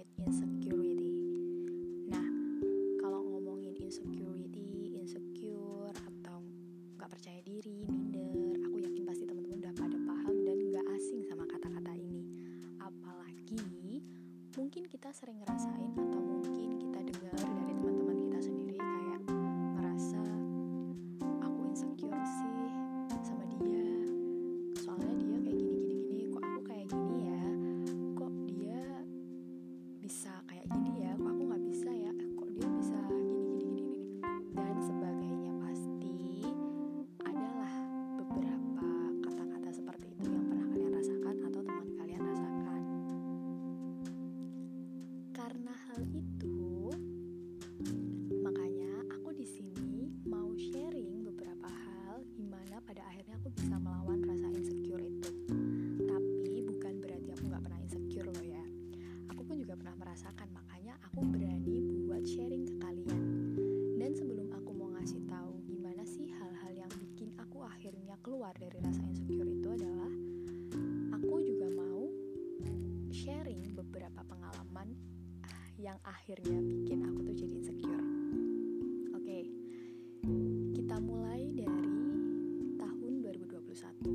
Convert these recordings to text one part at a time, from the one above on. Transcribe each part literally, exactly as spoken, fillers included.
ngomongin insecurity. Nah, kalau ngomongin insecurity, insecure atau gak percaya diri, minder, aku yakin pasti teman-teman udah pada paham dan gak asing sama kata-kata ini. Apalagi mungkin kita sering ngerasain atau mungkin kita dengar dari teman-teman kita sendiri kayak ngerasa aku insecure sih sama dia, soalnya dia kayak gini-gini-gini, kok aku kayak gini ya, kok dia bisa kayak gini ya, kok aku gak bisa ya, eh, kok dia bisa gini-gini-gini dan sebagainya. Pasti adalah beberapa kata-kata seperti itu yang pernah kalian rasakan atau teman kalian rasakan. Karena hal itu, makanya aku di sini mau sharing beberapa hal gimana pada akhirnya aku bisa melawan rasa insecure itu. Tapi bukan berarti aku gak pernah insecure loh ya. Aku pun juga pernah merasakan, makanya aku berani buat sharing ke kalian. Dan sebelum aku mau ngasih tahu gimana sih hal-hal yang bikin aku akhirnya keluar dari rasa insecure itu adalah aku juga mau sharing beberapa pengalaman yang akhirnya bikin aku tuh jadi insecure. Oke, kita mulai dari tahun dua ribu dua puluh satu.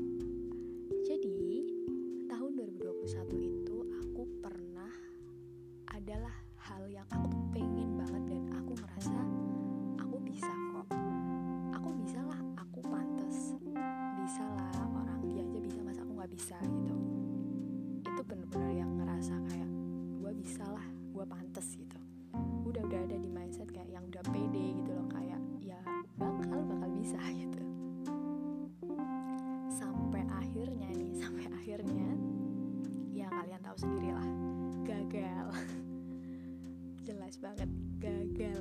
Jadi, tahun dua ribu dua puluh satu itu aku pernah adalah hal yang aku tuh pengen banget dan aku ngerasa aku bisa kok. Aku bisa lah, aku pantas. Bisa lah, orang dia aja bisa, masa aku gak bisa gitu. Itu bener-bener yang ngerasa kayak gue bisa lah, gue pantas gitu. Udah-udah ada di mindset kayak yang udah pede gitu loh, kayak ya bakal bakal bisa gitu. Sampai akhirnya nih, sampai akhirnya ya kalian tahu sendiri lah, gagal. Jelas banget gagal.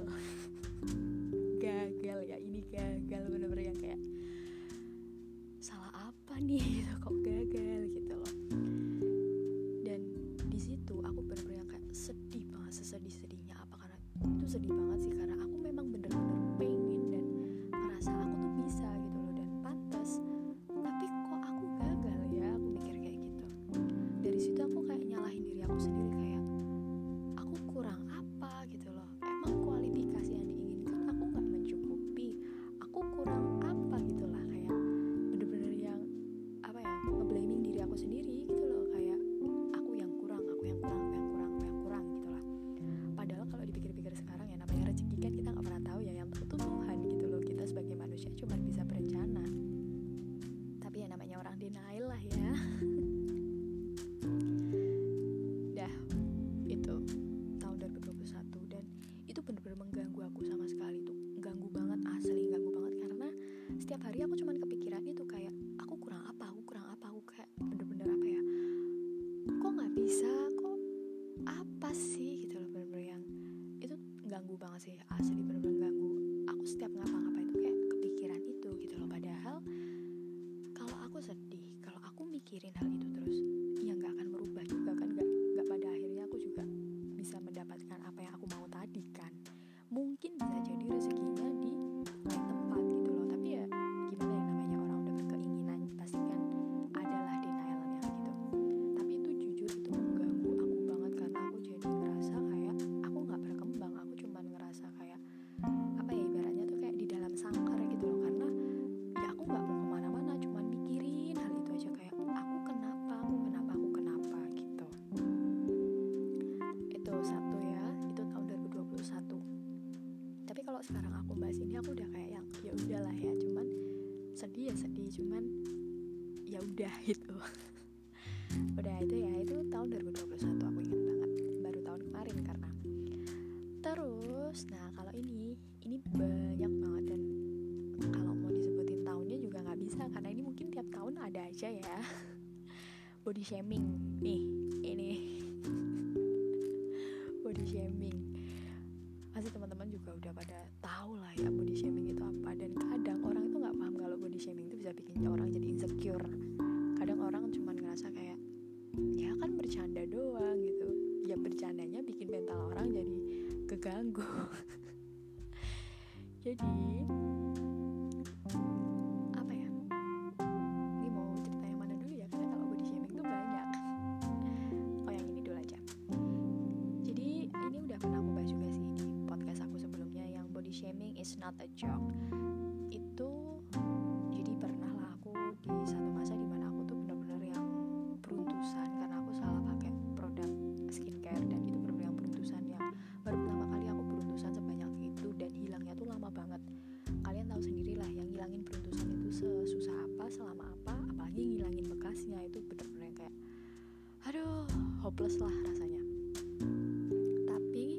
Gagal ya, ini gagal bener-bener yang kayak salah apa nih gitu, kok gagal gitu loh. Dan di situ aku bener-bener yang kayak sedih banget, sesedih-sedihnya apa karena itu sedih banget sih, karena aku memang bener-bener pengen dan ngerasa aku tuh bisa gitu loh dan pantas, tapi kok aku gagal ya, aku mikir kayak gitu. Dari situ aku kayak nyalahin diri aku sendiri, kayak aku kurang apa gitu loh, emang kualifikasi yang diinginkan aku gak mencukupi, aku kurang apa gitu lah, kayak bener-bener yang apa ya, ngeblaming diri aku sendiri gitu loh, kayak aku yang kurang, aku yang kurang, aku yang kurang, aku yang kurang gitu lah. Padahal kalau dipikir-pikir sekarang ya, namanya rezeki kan kita gak pernah tahu ya, yang tahu tuh Tuhan gitu loh, kita sebagai manusia cuma bisa berencana. Tapi ya namanya orang denial lah ya. Dah, itu tahun dua ribu dua puluh satu dan itu bener-bener mengganggu aku sama sekali tuh, ganggu banget, asli ganggu banget, karena setiap hari aku cuman kepikiran itu kayak aku kurang apa, aku kurang apa, aku kayak bener-bener apa ya, kok nggak bisa, kok apa sih gitu loh, bener-bener yang itu ganggu banget sih, asli bener-bener ganggu. Aku setiap ngapa-ngapa itu kayak kepikiran itu gitu loh, padahal kalau aku sedih, kalau aku mikirin hal itu terus, ya nggak akan merubah juga kan, nggak nggak pada akhirnya aku juga bisa mendapatkan apa yang aku mau tadi kan. Mungkin bisa jadi rezekinya di lain tempat gitu loh, tapi ya gimana ya, namanya orang udah berkeinginan pasti kan adalah denialnya gitu. Tapi itu jujur itu mengganggu aku banget, karena aku jadi ngerasa kayak aku nggak berkembang, aku cuman ngerasa kayak apa ya, ibaratnya tuh kayak di dalam sangkar gitu loh, karena ya aku nggak mau kemana-mana, cuman mikirin hal itu aja, kayak aku kenapa, aku kenapa, aku kenapa gitu. Itu satu ya, itu tahun dua ribu dua puluh satu. Tapi kalau sekarang aku bahas ini aku udah kayak yang ya udahlah ya, cuman sedih ya sedih, cuman ya udah gitu. Udah itu ya, itu tahun dua ribu dua puluh satu, aku ingat banget, baru tahun kemarin karena. Terus, nah kalau ini, ini banyak banget dan kalau mau disebutin tahunnya juga nggak bisa, karena ini mungkin tiap tahun ada aja ya. Body shaming nih, ini body shaming. Pasti teman-teman juga udah pada tahu lah ya body shaming itu apa, dan kadang orang itu nggak paham kalau body shaming itu bisa bikin orang jadi insecure. Kadang orang cuma ngerasa kayak ya kan bercanda doang gitu, ya bercandanya bikin mental orang jadi keganggu. Jadi apa ya, ini mau cerita yang mana dulu ya, karena kalau body shaming tuh banyak. Oh yang ini dulu aja. not a joke. Itu jadi pernah lah aku di satu masa dimana aku tuh benar-benar yang beruntusan karena aku salah pakai produk skincare, dan itu benar-benar yang beruntusan, yang baru pertama kali aku beruntusan sebanyak itu dan hilangnya tuh lama banget. Kalian tahu sendiri lah, yang ngilangin beruntusan itu sesusah apa, selama apa, apalagi ngilangin bekasnya itu benar-benar yang kayak aduh, hopeless lah rasanya. Tapi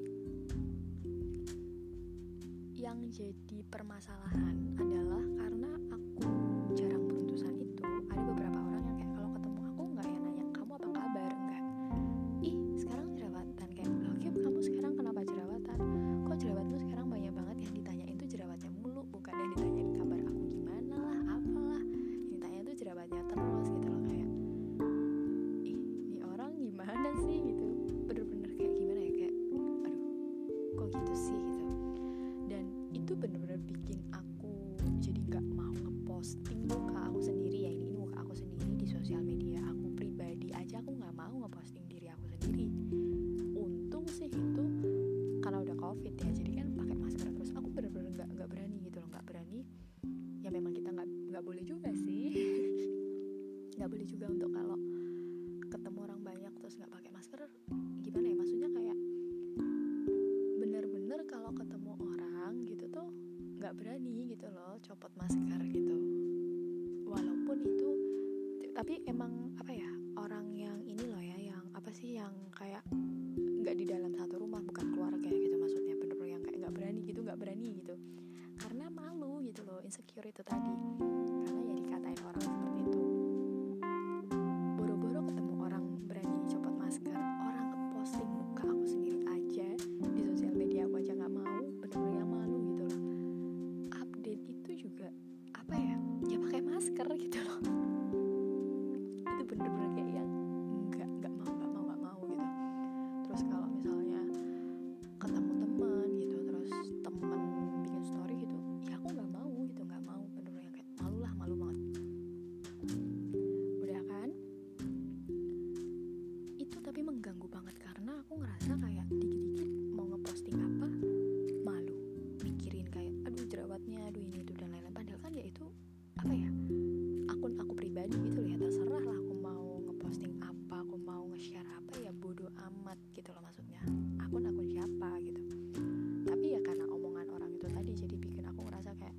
yang jadi permasalahan adalah karena aku jarang beruntusan itu, ada beberapa orang yang kayak kalau ketemu aku nggak yang nanya kamu apa kabar, enggak, ih sekarang jerawatan, kayak loh Kim kamu sekarang kenapa jerawatan, kok jerawatmu sekarang banyak banget, yang ditanyain tuh jerawatnya mulu, bukan yang ditanyain kabar aku gimana lah apalah, yang ditanya tuh jerawatnya terus gitu loh. Kayak ih ini orang gimana sih gitu, bener-bener kayak gimana ya, kayak aduh kok gitu sih gitu. Dan itu bener-bener bikin aku jadi nggak mau ngeposting muka aku sendiri, ya ini, ini muka aku sendiri di sosial media aku pribadi aja, aku nggak mau ngeposting diri aku sendiri. Untung sih itu karena udah covid ya, jadi kan pakai masker terus, aku bener-bener nggak nggak berani gitu loh, nggak berani. Ya memang kita nggak nggak boleh juga sih, nggak boleh juga untuk kalau ketemu orang banyak terus nggak pakai masker, gimana ya, maksudnya kayak bener-bener kalau ketemu orang gitu tuh nggak berani gitu loh copot masker gitu. Walaupun itu, tapi emang apa ya, orang yang ini loh ya, yang apa sih, yang kayak nggak di dalam satu rumah, bukan keluarga gitu, maksudnya bener-bener yang kayak nggak berani gitu, nggak berani gitu karena malu gitu loh, insecure itu tadi, karena ya dikatain orang seperti itu. Boro-boro ketemu orang berani copot masker, orang ngeposting muka aku sendiri aja di sosial media aku aja nggak mau, bener-bener yang malu gitu loh. Update itu juga apa ya, ya pakai masker gitu loh. Itu bener-bener kayak yang nggak nggak mau nggak mau nggak mau gitu. Terus kalau misalnya ketemu teman gitu, terus teman bikin story gitu, ya aku nggak mau gitu, nggak mau, bener-bener yang kayak malu lah, malu banget. Udah kan, itu tapi mengganggu banget karena aku ngerasa kayak dikit-dikit mau ngeposting apa malu, mikirin kayak aduh jerawatnya, aduh ini itu dan lain-lain. Padahal kan ya itu apa ya, akun aku pribadi gitu loh ya, terserah lah aku mau ngeposting apa, aku mau nge-share apa, ya bodo amat gitu loh, maksudnya akun-akun siapa gitu. Tapi ya karena omongan orang itu tadi jadi bikin aku ngerasa kayak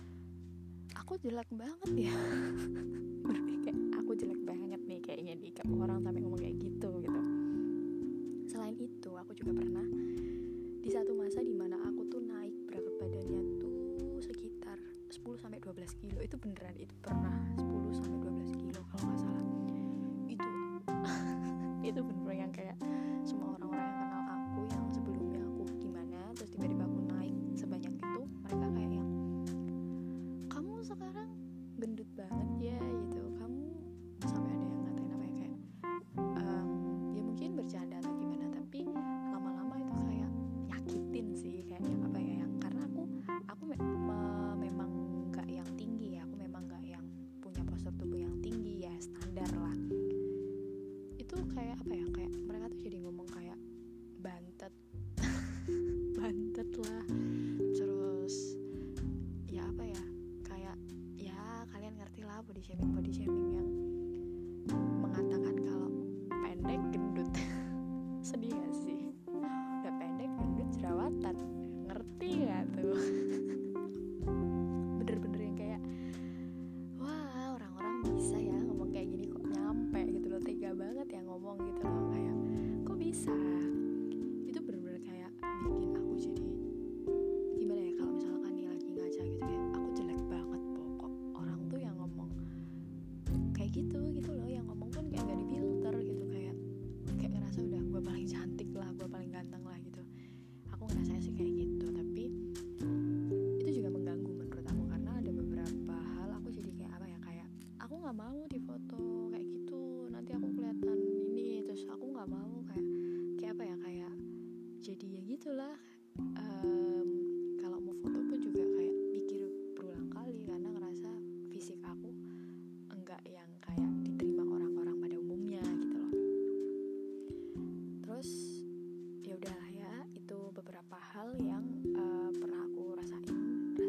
aku jelek banget ya. Kayak aku jelek banget nih kayaknya di orang sampai ngomong kayak gitu gitu. Selain itu aku juga pernah di satu masa dimana aku tuh naik berat badannya tuh sekitar sepuluh sampai dua belas kilo, itu beneran, itu pernah sepuluh sampai dua belas kilo kalau nggak salah. Itu itu bener-bener yang kayak semua orang-orang yang kenal aku yang sebelumnya aku gimana, terus tiba-tiba aku naik sebanyak itu, mereka kayak yang kamu sekarang gendut banget ya gitu, kamu, sampai ada yang ngatain apa ya, kayak um, ya mungkin bercanda atau gimana, tapi lama-lama itu kayak nyakitin sih, kayak yang apa ya, yang karena aku aku me- me- memang nggak yang tinggi ya, aku memang nggak yang punya postur tubuh yang tinggi ya, standar lah. Itu kayak apa ya, kayak mereka tuh jadi ngomong kayak bantet bantet lah, terus ya apa ya, kayak ya kalian ngerti lah, body shaming body shaming yang mengatakan kalau pendek gendut. Sedih gak sih, udah pendek gendut jerawatan, ngerti gak tuh? Bener-bener yang kayak wah, orang-orang bisa ya ngomong kayak gini, kok nyampe gitu loh, tega banget ya ngomong gitu loh, kayak kok bisa. Itu bener-bener kayak bikin aku jadi gimana ya, kalau misalkan nih lagi ngaca gitu kayak aku jelek banget pokok, orang tuh yang ngomong kayak gitu gitu loh, yang ngomong pun kayak gak difilter gitu, kayak kayak ngerasa udah gue paling cantik lah, gue paling ganteng lah gitu. Aku ngerasanya sih kayak gitu, tapi itu juga mengganggu menurut aku karena ada beberapa hal aku jadi kayak apa ya, kayak aku nggak mau di foto kayak gitu, nanti aku kelihatan ini, terus aku nggak mau kayak kayak apa ya, kayak jadi ya gitulah. Um, kalau mau foto pun juga kayak pikir berulang kali karena ngerasa fisik aku enggak yang kayak diterima orang-orang pada umumnya gitu loh. Terus ya udahlah ya, itu beberapa hal yang uh, pernah aku rasain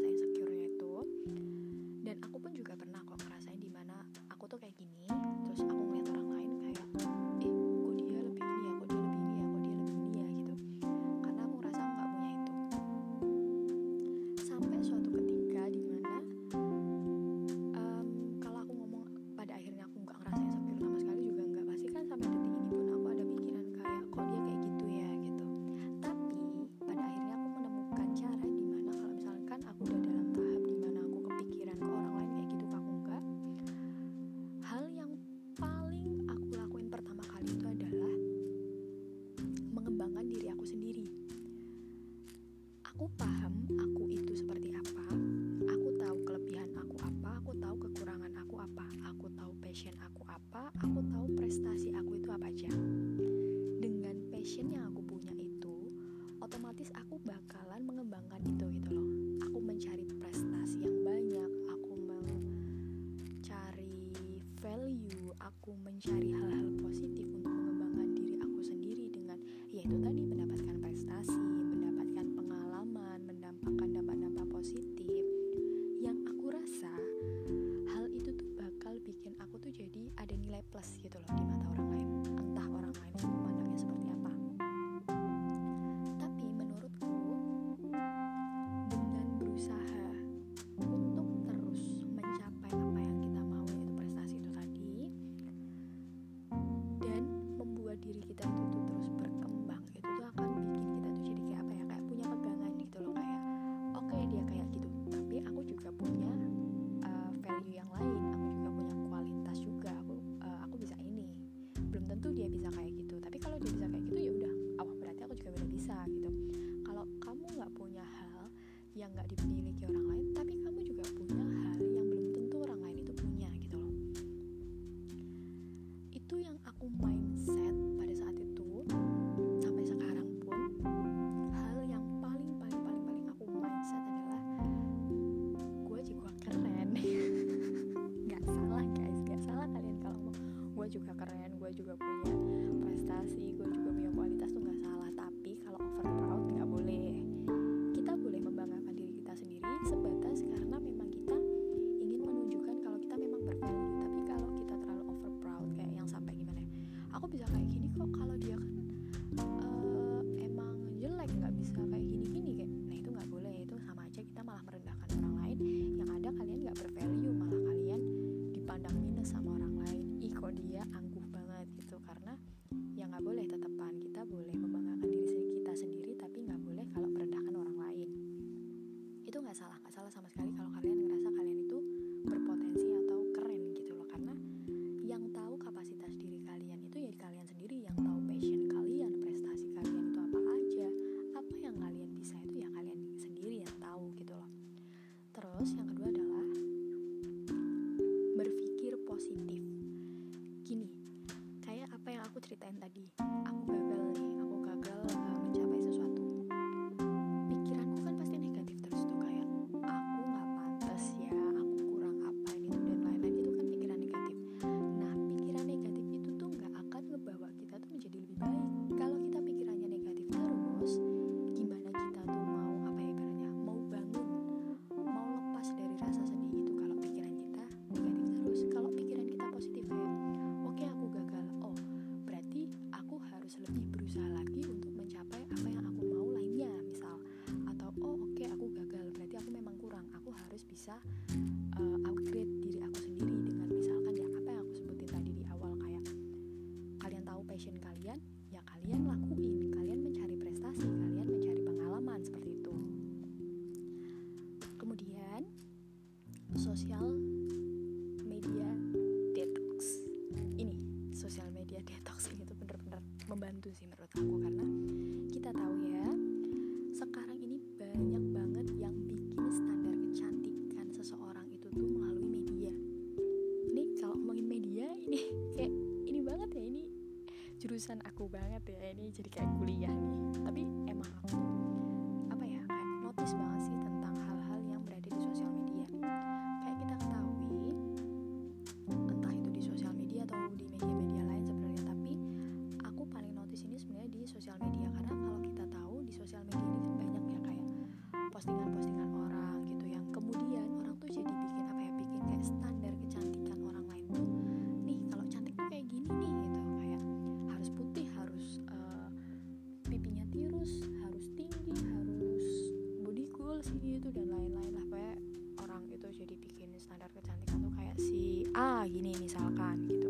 jurusan aku banget ya, ini jadi kayak kuliah nih. Tapi emang aku apa ya kayak notice banget sih tentang hal-hal yang berada di sosial media. Kayak kita ketahui, entah itu di sosial media atau di media-media lain sebenarnya, tapi aku paling notice ini sebenarnya di sosial media. Karena kalau kita tahu di sosial media ini kan banyak ya kayak postingan-postingan orang gitu yang kemudian orang tuh jadi bikin apa ya bikin kayak standar kecantikan orang lain tuh, nih kalau cantik tuh kayak gini nih gitu, kayak harus putih, harus uh, pipinya tirus, harus tinggi, harus body goals gitu dan lain-lain lah. Kayak orang itu jadi bikin standar kecantikan tuh kayak si A gini misalkan gitu.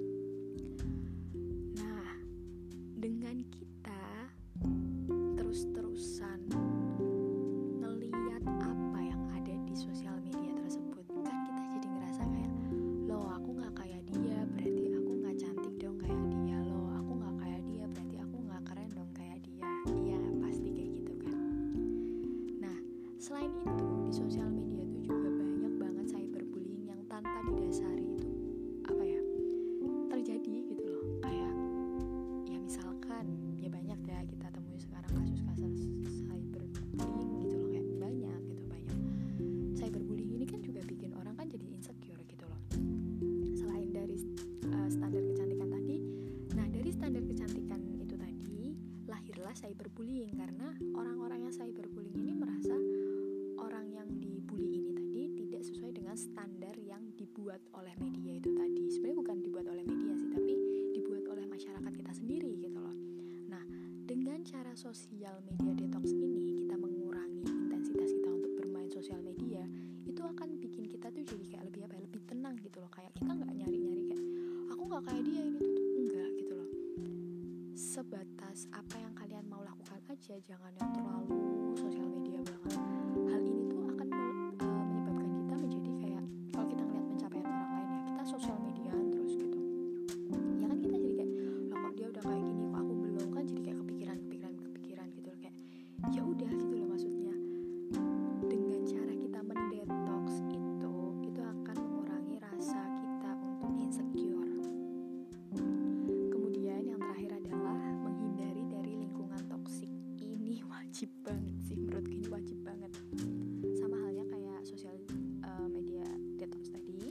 Nah, dengan kita terus-terusan ngeliat apa yang ada di sosial media tersebut, kan kita jadi ngerasa kayak, loh aku gak kayak dia, berarti aku gak cantik dong kayak dia. Loh aku gak kayak dia, berarti aku gak keren dong kayak dia. Iya pasti kayak gitu kan. Nah, selain itu di sosial media tuh juga banyak banget cyberbullying yang tanpa didasari itu apa ya terjadi gitu loh. Kayak ya misalkan ya banyak ya kita temui sekarang kasus-kasus cyberbullying gitu loh, kayak banyak gitu banyak. Cyberbullying ini kan juga bikin orang kan jadi insecure gitu loh. Selain dari uh, standar kecantikan tadi, nah dari standar kecantikan itu tadi lahirlah cyberbullying karena orang-orang yang cyberbullying ini merasa orang yang dibully ini tadi tidak sesuai dengan standar yang dibuat oleh media itu tadi. Sebenarnya bukan dibuat oleh media sih, tapi dibuat oleh masyarakat kita sendiri gitu loh. Nah, dengan cara sosial media detox ini kita mengurangi intensitas kita untuk bermain sosial media, itu akan bikin kita tuh jadi kayak lebih apa ya, lebih tenang gitu loh. Kayak kita nggak nyari-nyari kayak aku nggak kayak dia ini tuh, tuh enggak gitu loh. Sebatas apa yang kalian mau lakukan aja, jangan yang terlalu sosial media banget. Hal ini tuh akan uh, menyebabkan kita menjadi kayak kalau kita ngeliat pencapaian orang lain ya kita sosial mediaan terus gitu. Ya kan kita jadi kayak loh kok dia udah kayak gini kok aku belum, kan jadi kayak kepikiran kepikiran kepikiran gitu loh. Kayak ya udah gitu loh maksudnya. Dengan cara kita mendetox itu itu akan mengurangi rasa kita untuk insecure. Kemudian yang terakhir adalah menghindari dari lingkungan toksik. Ini wajib banget sih, menurutku ini wajib banget. Sama halnya kayak sosial uh, media detox tadi.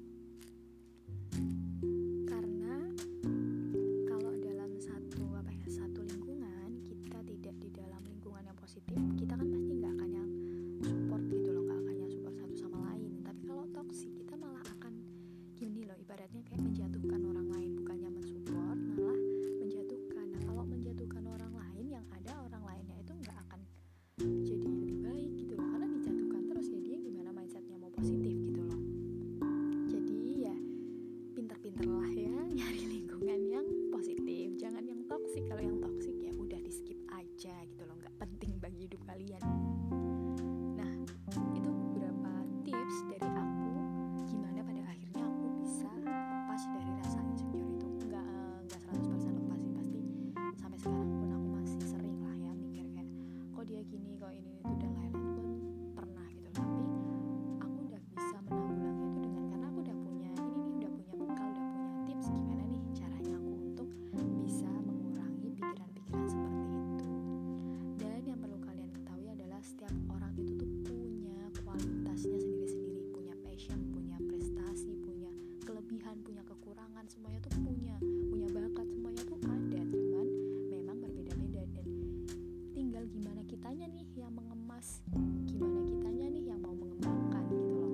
Karena kalau dalam satu apa ya satu lingkungan kita tidak di dalam lingkungan yang positif, kita kan pasti nggak akan yang support gitu loh, nggak akan yang support satu sama lain. Tapi kalau toksik kita malah akan gini loh, ibaratnya kayak menjatuhkan orang lain, bukannya mensupport malah menjatuhkan. Nah kalau menjatuhkan orang lain, yang ada orang lainnya itu nggak akan jadi lebih baik gitu loh, karena dijatuhkan terus ya dia gimana mindsetnya mau positif gitu loh. Jadi ya pinter-pinterlah ya nyari lingkungan yang positif, jangan yang toksik. Kalau yang toksik ya udah di skip aja gitu loh, nggak penting bagi hidup kalian. Nah itu beberapa tips dari aku gimana pada akhirnya aku bisa lepas dari rasa insecure itu. Nggak uh, nggak seratus persen lepas sih, pasti sampai sekarang pun aku masih sering lah ya mikir kayak kok dia gini, kok ini itu dan lain-lain pun pernah gitu. Tapi aku udah bisa menanggulangi itu dengan karena aku udah punya ini nih, udah punya bekal, udah punya tips gimana nih caranya aku untuk bisa mengurangi pikiran-pikiran seperti itu. Dan yang perlu kalian ketahui adalah setiap orang itu tuh punya kualitasnya sendiri-sendiri, punya passion, punya prestasi, punya kelebihan, punya kekurangan, semuanya tuh punya, punya bakat, semuanya tuh ada, cuman memang berbeda-beda dan tinggal gimana kitanya nih yang mengemas, gimana kitanya nih yang mau mengembangkan gitu loh.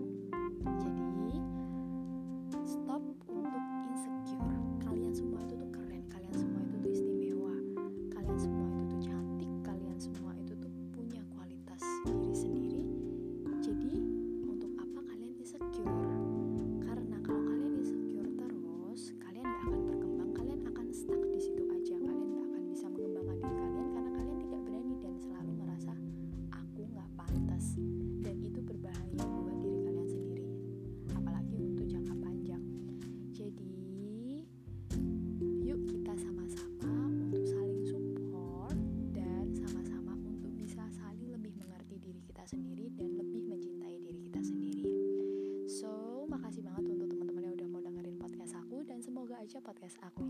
Jadi stop untuk insecure. Kalian semua itu tuh keren, kalian semua itu tuh istimewa, kalian semua itu tuh cantik, kalian semua itu tuh punya kualitas diri sendiri. Jadi untuk apa kalian insecure? Karena kalau kalian insecure terus, kalian gak akan berkembang, kalian akan stuck di situ aja. Kalian gak akan bisa mengembangkan diri kalian karena kalian tidak berani dan selalu merasa aku gak pantas. Dan itu berbahaya buat diri kalian sendiri, apalagi untuk jangka panjang. Jadi yuk kita sama-sama untuk saling support dan sama-sama untuk bisa saling lebih mengerti diri kita sendiri dan lebih mencintai diri kita sendiri. So, makasih banget untuk teman-teman yang udah mau dengerin podcast aku, dan semoga aja podcast aku